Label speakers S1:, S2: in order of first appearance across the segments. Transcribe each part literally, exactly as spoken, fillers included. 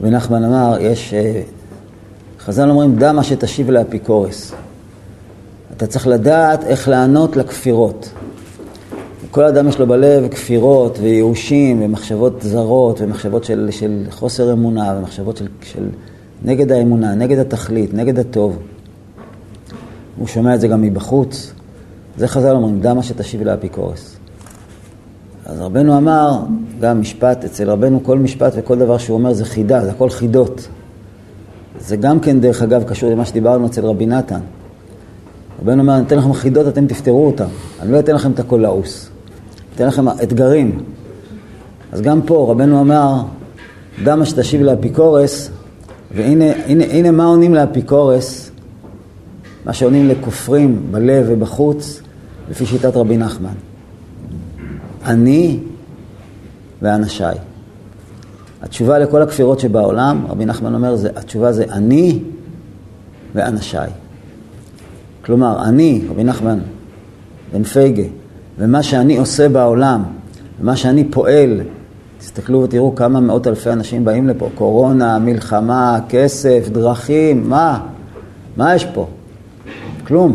S1: רבי נחמן אמר, יש, חז"ל אומרים, דע מה שתשיב לאפיקורס. אתה צריך לדעת איך לענות לכפירות. כל אדם יש לו בלב כפירות וייאושים ומחשבות זרות ומחשבות של, של חוסר אמונה ומחשבות של, של נגד האמונה, נגד התכלית, נגד הטוב. הוא שומע את זה גם מבחוץ. זה חז"ל אומרים, דע מה שתשיב לאפיקורס. אז רבנו אמר, גם משפט, אצל רבנו כל משפט וכל דבר שהוא אומר זה חידה, זה הכל חידות. זה גם כן דרך אגב קשור למה שדיברנו אצל רבי נתן. רבנו אומר, אני אתן לכם חידות, אתם תפתרו אותם. אני לא אתן לכם את הכל לעוס. אתן לכם אתגרים. אז גם פה רבנו אמר, דע מה שתשיב לאפיקורס, והנה הנה, הנה מה עונים לאפיקורס, מה שעונים לכופרים בלב ובחוץ, לפי שיטת רבי נחמן. אני ואנשיי. התשובה לכל הכפירות שבעולם, רבי נחמן אומר, זה, התשובה זה אני ואנשיי. כלומר, אני, רבי נחמן בן פייגה, ומה שאני עושה בעולם, ומה שאני פועל, תסתכלו ותראו כמה מאות אלפי אנשים באים לפה, קורונה, מלחמה, כסף, דרכים, מה? מה יש פה? כלום.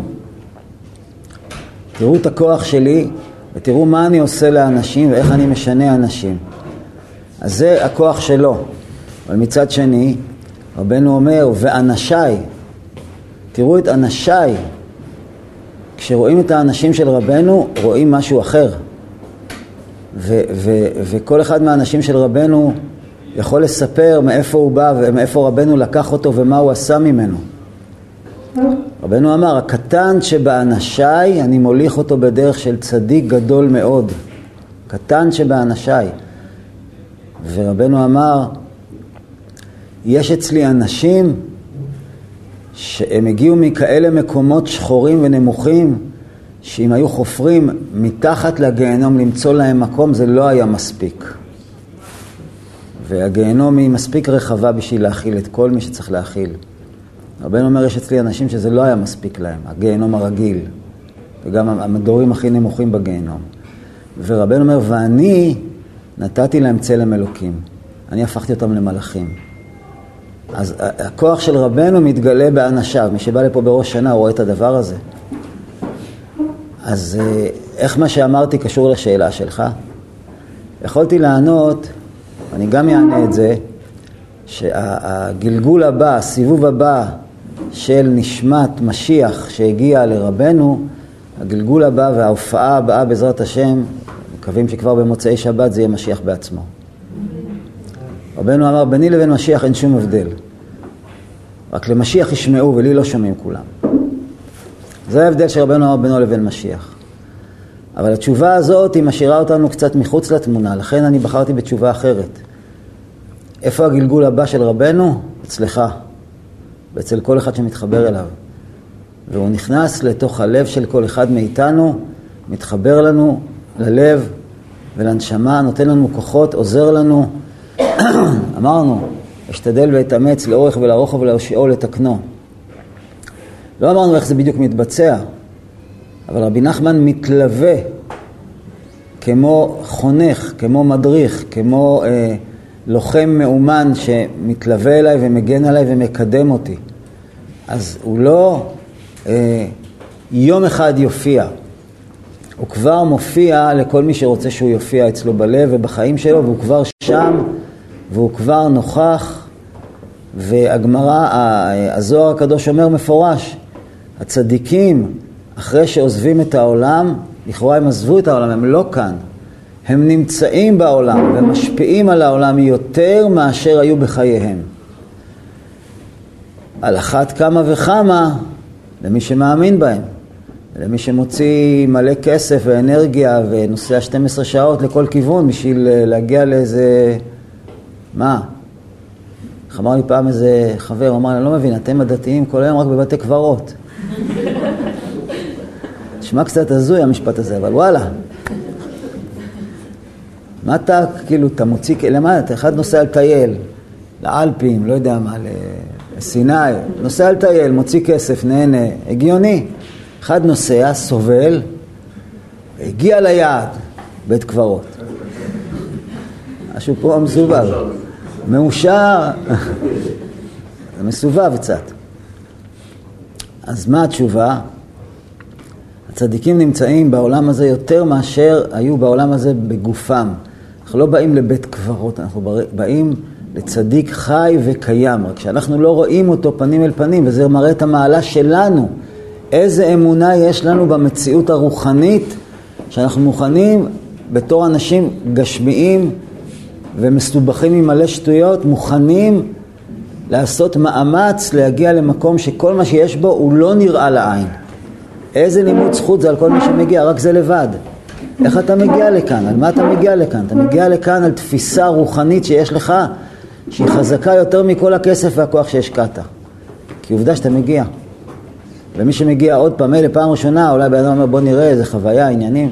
S1: תראו את הכוח שלי, ותראו מה אני עושה לאנשים ואיך אני משנה אנשים. אז זה הכוח שלו. אבל מצד שני, רבנו אומר, ואנשיי, תראו את אנשיי. כשרואים את האנשים של רבנו, רואים משהו אחר. ו- ו- וכל אחד מהאנשים של רבנו יכול לספר מאיפה הוא בא ומאיפה רבנו לקח אותו ומה הוא עשה ממנו. רבנו אמר, הקטן שבאנשיי, אני מוליך אותו בדרך של צדיק גדול מאוד. קטן שבאנשיי. ורבנו אמר, יש אצלי אנשים שהם הגיעו מכאלה מקומות שחורים ונמוכים, שאם היו חופרים מתחת לגיהנום למצוא להם מקום, זה לא היה מספיק. והגיהנום היא מספיק רחבה בשביל להכיל את כל מי שצריך להכיל. רבנו אומר, יש אצלי אנשים שזה לא היה מספיק להם, הגיהנום הרגיל, וגם המדורים הכי נמוכים בגיהנום. ורבנו אומר, ואני נתתי להם צלם אלוקים. אני הפכתי אותם למלאכים. אז הכוח של רבנו מתגלה באנשיו. מי שבא לפה בראש שנה רואה את הדבר הזה. אז איך מה שאמרתי קשור לשאלה שלך? יכולתי לענות, אני גם אענה את זה, שהגלגול הבא, הסיבוב הבא של נשמת משיח שהגיע לרבנו, הגלגול הבא וההופעה הבאה בעזרת השם, מקווים שכבר במוצאי שבת זה יהיה משיח בעצמו. רבנו אמר, ביני לבין משיח אין שום הבדל. רק למשיח ישמעו ולי לא שומעים כולם. זה ההבדל שרבנו אמר בינו לבין משיח. אבל התשובה הזאת היא משאירה אותנו קצת מחוץ לתמונה, לכן אני בחרתי בתשובה אחרת. איפה הגלגול הבא של רבנו? אצלך. ואצל כל אחד שמתחבר אליו. והוא נכנס לתוך הלב של כל אחד מאיתנו, מתחבר לנו ללב ולנשמה, נותן לנו כוחות, עוזר לנו. אמרנו, אשתדל והתאמץ לאורך ולרוחב ולהושיעו לתקנו. לא אמרנו איך זה בדיוק מתבצע, אבל רבי נחמן מתלווה כמו חונך, כמו מדריך, כמו אה, לוחם מאומן שמתלווה אליי ומגן עליי ומקדם אותי. אז הוא לא אה, יום אחד יופיע. הוא כבר מופיע לכל מי שרוצה שהוא יופיע אצלו בלב ובחיים שלו, והוא כבר שם, והוא כבר נוכח. והגמרא, הזוהר הקדוש אומר מפורש, הצדיקים, אחרי שעוזבים את העולם, לכאורה הם עזבו את העולם, הם לא כאן. הם נמצאים בעולם ומשפיעים על העולם יותר מאשר היו בחייהם. על אחת כמה וכמה למי שמאמין בהם. למי שמוציא מלא כסף ואנרגיה ונוסע שתים עשרה שעות לכל כיוון בשביל להגיע לאיזה... מה? אמר לי פעם איזה חבר, הוא אמר, אני לא מבין, אתם הדתיים כל היום רק בבתי קברות. נשמע קצת הזוי המשפט הזה, אבל וואלה. מה אתה, כאילו, אתה מוציא, למה? אתה אחד נוסע על טייל, לאלפים, לא יודע מה, לסיני, נוסע על טייל, מוציא כסף, נהנה, הגיוני. אחד נוסע, סובל, הגיע ליעד, בית קברות. משהו פה מסובב. מאושר. זה מסובב קצת. אז מה התשובה? הצדיקים נמצאים בעולם הזה יותר מאשר היו בעולם הזה בגופם. אנחנו לא באים לבית קברות, אנחנו באים לצדיק חי וקיים. רק שאנחנו לא רואים אותו פנים אל פנים, וזה מראה את המעלה שלנו. איזה אמונה יש לנו במציאות הרוחנית, שאנחנו מוכנים בתור אנשים גשמיים ומסובכים עם מלא שטויות, מוכנים לעשות מאמץ להגיע למקום שכל מה שיש בו הוא לא נראה לעין. איזה לימוד זכות זה על כל מי שמגיע, רק זה לבד. איך אתה מגיע לכאן? על מה אתה מגיע לכאן? אתה מגיע לכאן על תפיסה רוחנית שיש לך, שהיא חזקה יותר מכל הכסף והכוח שהשקעת. כי עובדה שאתה מגיע. ומי שמגיע עוד פעם, אלה פעם ראשונה, אולי באדם אומר בוא נראה איזה חוויה, עניינים.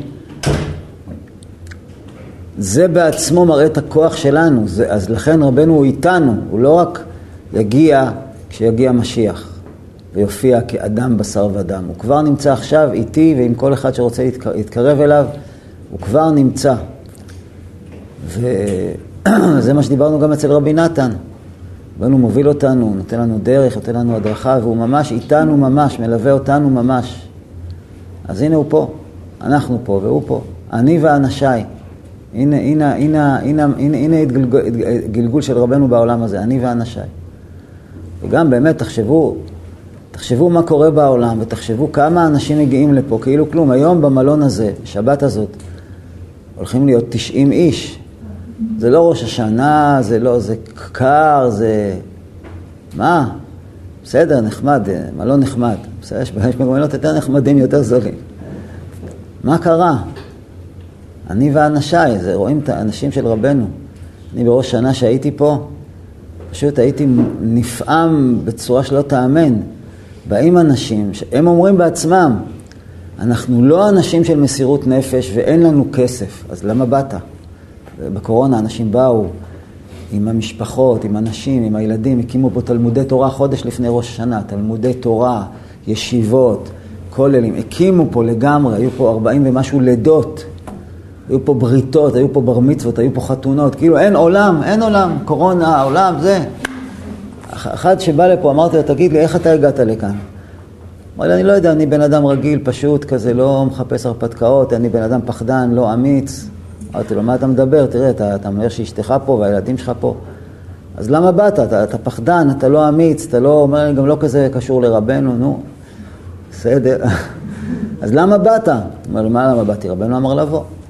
S1: זה בעצמו מראה את הכוח שלנו. זה, אז לכן רבנו הוא איתנו, הוא לא רק יגיע כשיגיע משיח ויופיע כאדם בשר ודם. הוא כבר נמצא עכשיו איתי ועם כל אחד שרוצה להתקרב אליו, הוא כבר נמצא. וזה מה שדיברנו גם אצל רבי נתן. רבנו מוביל אותנו, נותן לנו דרך, נותן לנו הדרכה, והוא ממש איתנו ממש, מלווה אותנו ממש. אז הנה הוא פה, אנחנו פה והוא פה. אני ואנשיי. הנה, הנה, הנה, הנה, הנה, הנה גלגול של רבנו בעולם הזה, אני ואנשיי. וגם באמת תחשבו, תחשבו מה קורה בעולם, ותחשבו כמה אנשים מגיעים לפה, כאילו כלום. היום במלון הזה, שבת הזאת, הולכים להיות תשעים איש. זה לא ראש השנה, זה לא, זה קר, זה... מה? בסדר, נחמד, מלון נחמד. בסדר, יש מגומנות יותר נחמדים, יותר זולים. מה קרה? אני ואנשיי, זה רואים את האנשים של רבנו. אני בראש שנה שהייתי פה, פשוט הייתי נפעם בצורה שלא תאמן. באים אנשים שהם אומרים בעצמם, אנחנו לא אנשים של מסירות נפש ואין לנו כסף, אז למה באת? בקורונה אנשים באו עם המשפחות, עם אנשים, עם הילדים, הקימו פה תלמודי תורה חודש לפני ראש השנה, תלמודי תורה, ישיבות, כוללים, הקימו פה לגמרי, היו פה ארבעים ומשהו לידות, היו פה בריתות, היו פה בר מצוות, היו פה חתונות, כאילו אין עולם, אין עולם, קורונה, עולם, זה. אחד שבא לפה, אמרתי לו, תגיד לי, איך אתה הגעת לכאן? אמר לי, אני לא יודע, אני בן אדם רגיל, פשוט, כזה, לא מחפש הרפתקאות, אני בן אדם פחדן, לא אמיץ. אמרתי לו, מה אתה מדבר? תראה, אתה, אתה אומר שאשתך פה והילדים שלך פה. אז למה באת? אתה, אתה פחדן, אתה לא אמיץ, אתה לא, אומר, גם לא כזה קשור לרבנו, נו, בסדר. אז למה באת? אמר לו, מה למה באתי? רבנו אמר לבוא.